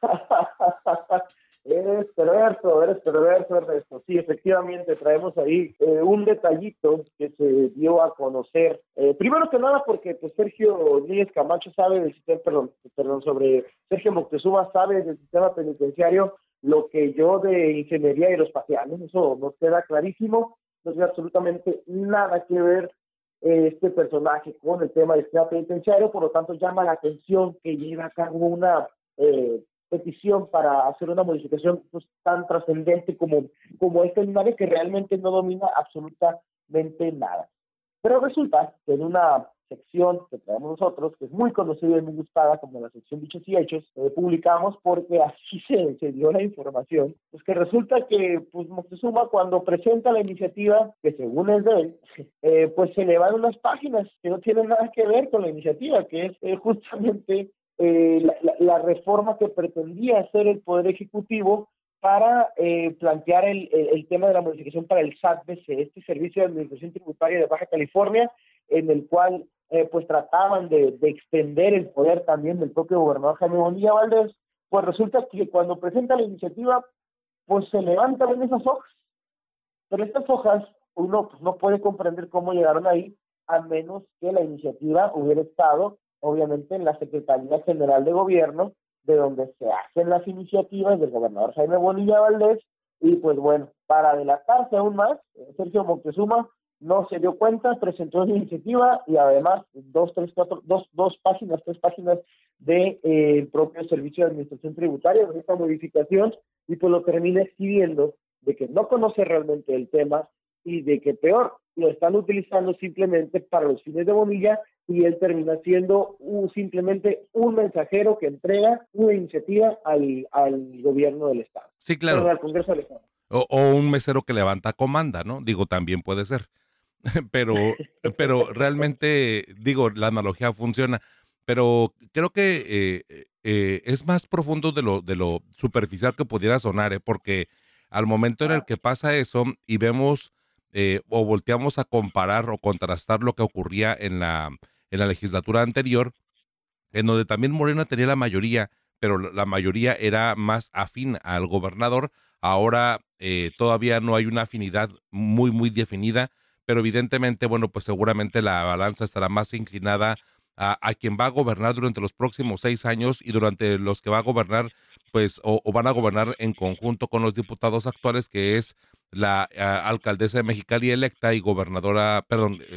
Eres perverso, eres perverso, Ernesto. Sí, efectivamente, traemos ahí eh, un detallito que se dio a conocer. Eh, primero que nada, porque pues, Sergio Núñez Camacho sabe del sistema, perdón, perdón, sobre Sergio Moctezuma sabe del sistema penitenciario lo que yo de ingeniería aeroespacial, ¿no? Eso nos queda clarísimo, no tiene absolutamente nada que ver eh, este personaje con el tema del sistema penitenciario, por lo tanto llama la atención que lleva a cabo una eh, petición para hacer una modificación pues, tan trascendente como, como este en un área que realmente no domina absolutamente nada. Pero resulta que en una sección que traemos nosotros, que es muy conocida y muy gustada como la sección Dichos y Hechos, eh, publicamos porque así se, se dio la información, pues que resulta que pues Moctezuma cuando presenta la iniciativa, que según es de él, eh, pues se le van unas páginas que no tienen nada que ver con la iniciativa, que es eh, justamente eh, la, la, la reforma que pretendía hacer el Poder Ejecutivo para eh, plantear el, el, el tema de la modificación para el S A T B C, este Servicio de Administración Tributaria de Baja California, en el cual eh, pues trataban de, de extender el poder también del propio gobernador Jaime Bonilla Valdés. Pues resulta que cuando presenta la iniciativa, pues se levantan esas hojas, pero estas hojas uno pues, no puede comprender cómo llegaron ahí, a menos que la iniciativa hubiera estado, obviamente, en la Secretaría General de Gobierno, de donde se hacen las iniciativas del gobernador Jaime Bonilla Valdés, y pues bueno, para delatarse aún más, Sergio Moctezuma no se dio cuenta, presentó una iniciativa y además dos, tres, cuatro, dos, dos páginas, tres páginas de eh, el propio Servicio de Administración Tributaria de esta modificación, y pues lo termina exhibiendo de que no conoce realmente el tema y de que peor, lo están utilizando simplemente para los fines de Bonilla, y él termina siendo un, simplemente un mensajero que entrega una iniciativa al, al gobierno del Estado. Sí, claro. Perdón, al Congreso del Estado. O, o un mesero que levanta comanda, ¿no? Digo, también puede ser. pero, pero realmente, digo, la analogía funciona. Pero creo que eh, eh, es más profundo de lo, de lo superficial que pudiera sonar, ¿eh? Porque al momento en el que pasa eso y vemos eh, o volteamos a comparar o contrastar lo que ocurría en la, en la legislatura anterior, en donde también Morena tenía la mayoría, pero la mayoría era más afín al gobernador. Ahora eh, todavía no hay una afinidad muy, muy definida, pero evidentemente, bueno, pues seguramente la balanza estará más inclinada a, a quien va a gobernar durante los próximos seis años y durante los que va a gobernar, pues, o, o van a gobernar en conjunto con los diputados actuales, que es la eh, alcaldesa de Mexicali electa y gobernadora, perdón, eh,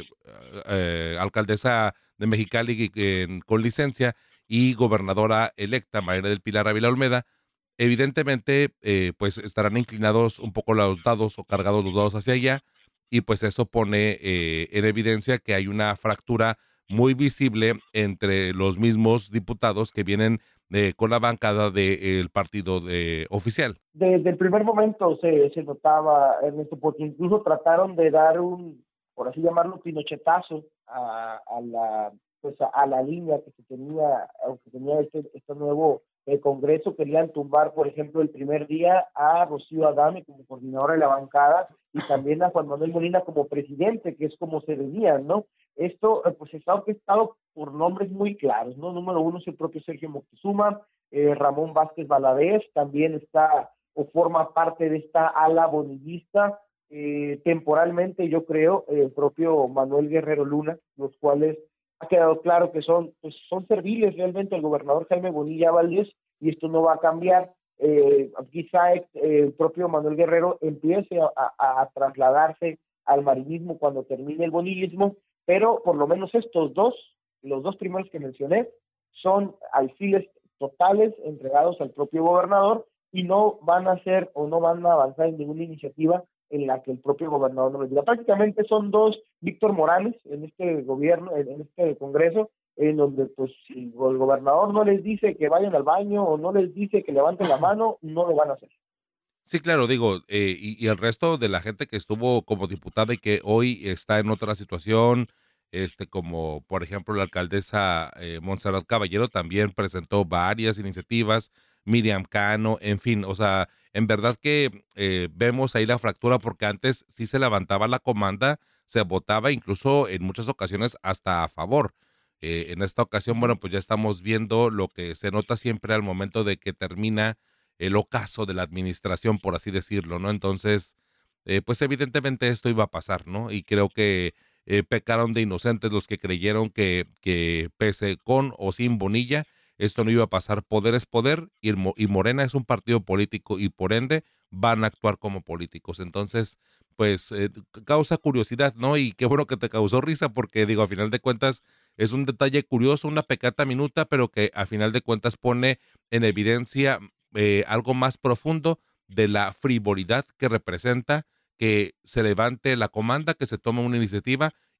eh, alcaldesa de Mexicali eh, con licencia y gobernadora electa María del Pilar Ávila Olmeda. Evidentemente, eh, pues estarán inclinados un poco los dados o cargados los dados hacia allá, y pues eso pone eh, en evidencia que hay una fractura muy visible entre los mismos diputados que vienen eh, con la bancada del partido de, oficial. Desde el primer momento se, se notaba, Ernesto, porque incluso trataron de dar un, por así llamarlo, pinochetazo a, a la pues a, a la línea que se tenía, aunque tenía este, este nuevo eh, Congreso. Querían tumbar, por ejemplo, el primer día a Rocío Adame como coordinadora de la bancada y también a Juan Manuel Molina como presidente, que es como se venía, ¿no? Esto eh, pues está orquestado por nombres muy claros, ¿no? Número uno es el propio Sergio Moctezuma, eh, Ramón Vázquez Valadez también está o forma parte de esta ala bonillista, eh, temporalmente yo creo, eh, el propio Manuel Guerrero Luna, los cuales ha quedado claro que son, pues, son serviles realmente al gobernador Jaime Bonilla Valdés, y esto no va a cambiar. Eh, quizá eh, el propio Manuel Guerrero empiece a, a, a trasladarse al marinismo cuando termine el bonillismo, pero por lo menos estos dos, los dos primeros que mencioné, son alfiles totales entregados al propio gobernador y no van a hacer o no van a avanzar en ninguna iniciativa en la que el propio gobernador no les diga. Prácticamente son dos Víctor Morales en este gobierno, en, en este Congreso, en donde pues si el gobernador no les dice que vayan al baño o no les dice que levanten la mano, no lo van a hacer. Sí, claro, digo, eh, y, y el resto de la gente que estuvo como diputada y que hoy está en otra situación, este, como por ejemplo la alcaldesa eh, Montserrat Caballero también presentó varias iniciativas, Miriam Cano, en fin, o sea, en verdad que eh, vemos ahí la fractura porque antes sí se levantaba la comanda, se votaba incluso en muchas ocasiones hasta a favor. Eh, en esta ocasión, bueno, pues ya estamos viendo lo que se nota siempre al momento de que termina el ocaso de la administración, por así decirlo, ¿no? Entonces, eh, pues evidentemente esto iba a pasar, ¿no? Y creo que eh, pecaron de inocentes los que creyeron que, que pese con o sin Bonilla, esto no iba a pasar. Poder es poder y, el, y Morena es un partido político y por ende van a actuar como políticos. Entonces, pues eh, causa curiosidad, ¿no? Y qué bueno que te causó risa porque, digo, a final de cuentas es un detalle curioso, una pecata minuta, pero que a final de cuentas pone en evidencia eh, algo más profundo de la frivolidad que representa que se levante la comanda, que se tome una iniciativa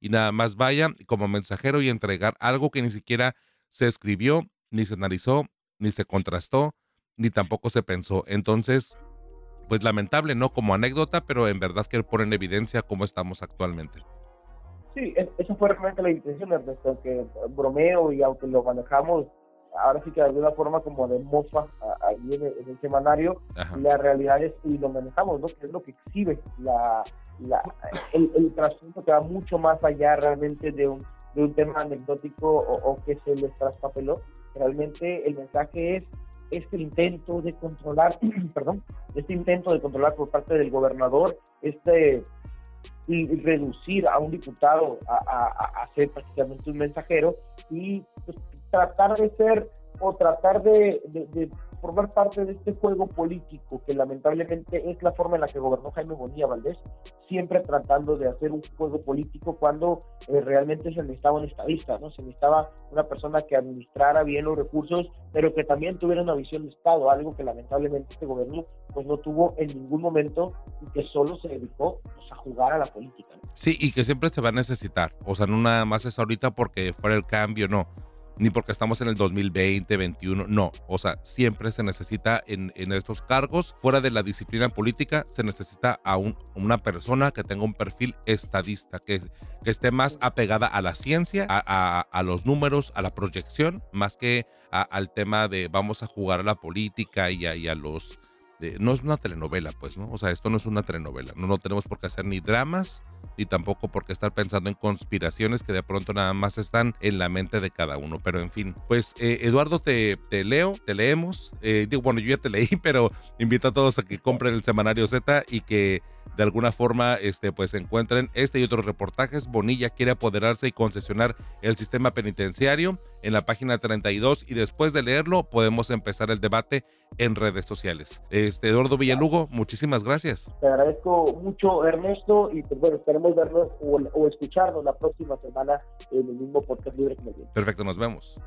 y nada más vaya como mensajero y entregar algo que ni siquiera se escribió, ni se analizó, ni se contrastó, ni tampoco se pensó. Entonces, pues lamentable, ¿no? Como anécdota, pero en verdad que pone en evidencia cómo estamos actualmente. Sí, es, esa fue realmente la intención, Ernesto, aunque bromeo y aunque lo manejamos, ahora sí que de alguna forma como de mofa ahí en, en el semanario, Ajá. La realidad es, y lo manejamos, ¿no? Que es lo que exhibe la, la, el, el trasfondo que va mucho más allá realmente de un, de un tema anecdótico o, o que se les traspapeló. Realmente el mensaje es este intento de controlar, perdón, este intento de controlar por parte del gobernador, este y reducir a un diputado a, a, a ser prácticamente un mensajero y pues, tratar de ser o tratar de, de, de formar parte de este juego político que lamentablemente es la forma en la que gobernó Jaime Bonilla Valdés, siempre tratando de hacer un juego político cuando eh, realmente se necesitaba un estadista, ¿no? Se necesitaba una persona que administrara bien los recursos, pero que también tuviera una visión de Estado, algo que lamentablemente este gobierno pues no tuvo en ningún momento y que solo se dedicó pues, a jugar a la política, ¿no? Sí, y que siempre se va a necesitar, o sea, no nada más es ahorita porque fuera el cambio, no. Ni porque estamos en el dos mil veinte, veintiuno, no. O sea, siempre se necesita en, en estos cargos, fuera de la disciplina política, se necesita a un, una persona que tenga un perfil estadista, que, que esté más apegada a la ciencia, a, a, a los números, a la proyección, más que a, al tema de vamos a jugar a la política y a, y a los... De, no es una telenovela, pues, ¿no? O sea, esto no es una telenovela. No, no tenemos por qué hacer ni dramas, ni tampoco por qué estar pensando en conspiraciones que de pronto nada más están en la mente de cada uno. Pero en fin, pues eh, Eduardo, te, te leo, te leemos. Eh, digo, bueno, yo ya te leí, pero invito a todos a que compren el Semanario Z y que de alguna forma este, pues encuentren este y otros reportajes. Bonilla quiere apoderarse y concesionar el sistema penitenciario en la página treinta y dos, y después de leerlo podemos empezar el debate en redes sociales. Este, Eduardo Villalugo, muchísimas gracias. Te agradezco mucho, Ernesto, y pues bueno, esperemos vernos o, o escucharnos la próxima semana en el mismo podcast Libre como el Viento. Perfecto, nos vemos.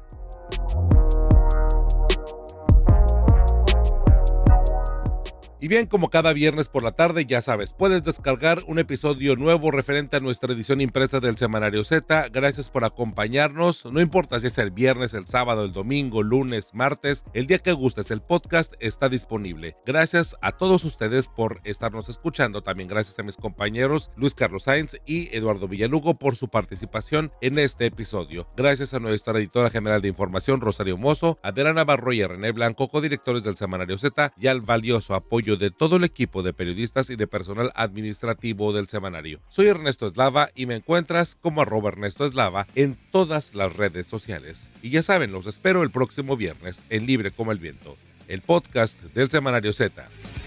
Y bien, como cada viernes por la tarde, ya sabes, puedes descargar un episodio nuevo referente a nuestra edición impresa del Semanario Z. Gracias por acompañarnos. No importa si es el viernes, el sábado, el domingo, lunes, martes, el día que gustes, el podcast está disponible. Gracias a todos ustedes por estarnos escuchando. También gracias a mis compañeros Luis Carlos Sainz y Eduardo Villalugo por su participación en este episodio. Gracias a nuestra editora general de información, Rosario Mozo, a Adela Navarro y a René Blanco, codirectores del Semanario Z, y al valioso apoyo de todo el equipo de periodistas y de personal administrativo del semanario. Soy Ernesto Eslava y me encuentras como arroba Ernesto Eslava en todas las redes sociales. Y ya saben, los espero el próximo viernes en Libre como el Viento, el podcast del Semanario Z.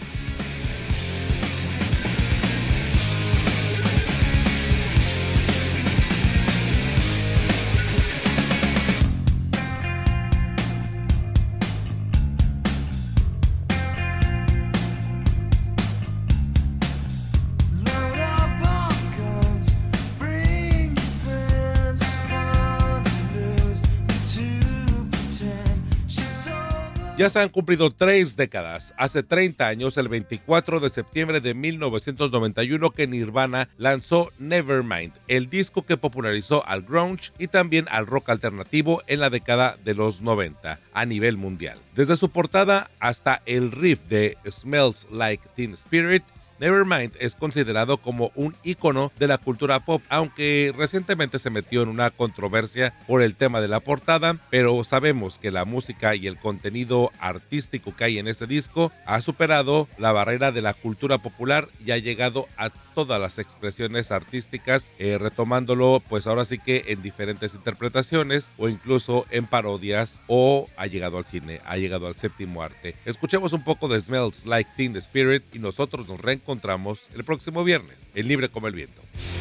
Ya se han cumplido tres décadas. Hace treinta años, el veinticuatro de septiembre de mil novecientos noventa y uno, que Nirvana lanzó Nevermind, el disco que popularizó al grunge y también al rock alternativo en la década de los noventa a nivel mundial. Desde su portada hasta el riff de Smells Like Teen Spirit, Nevermind es considerado como un ícono de la cultura pop, aunque recientemente se metió en una controversia por el tema de la portada, pero sabemos que la música y el contenido artístico que hay en ese disco ha superado la barrera de la cultura popular y ha llegado a todas las expresiones artísticas, eh, retomándolo pues ahora sí que en diferentes interpretaciones o incluso en parodias, o ha llegado al cine, ha llegado al séptimo arte. Escuchemos un poco de Smells Like Teen Spirit y nosotros nos reencontramos encontramos el próximo viernes en Libre como el Viento.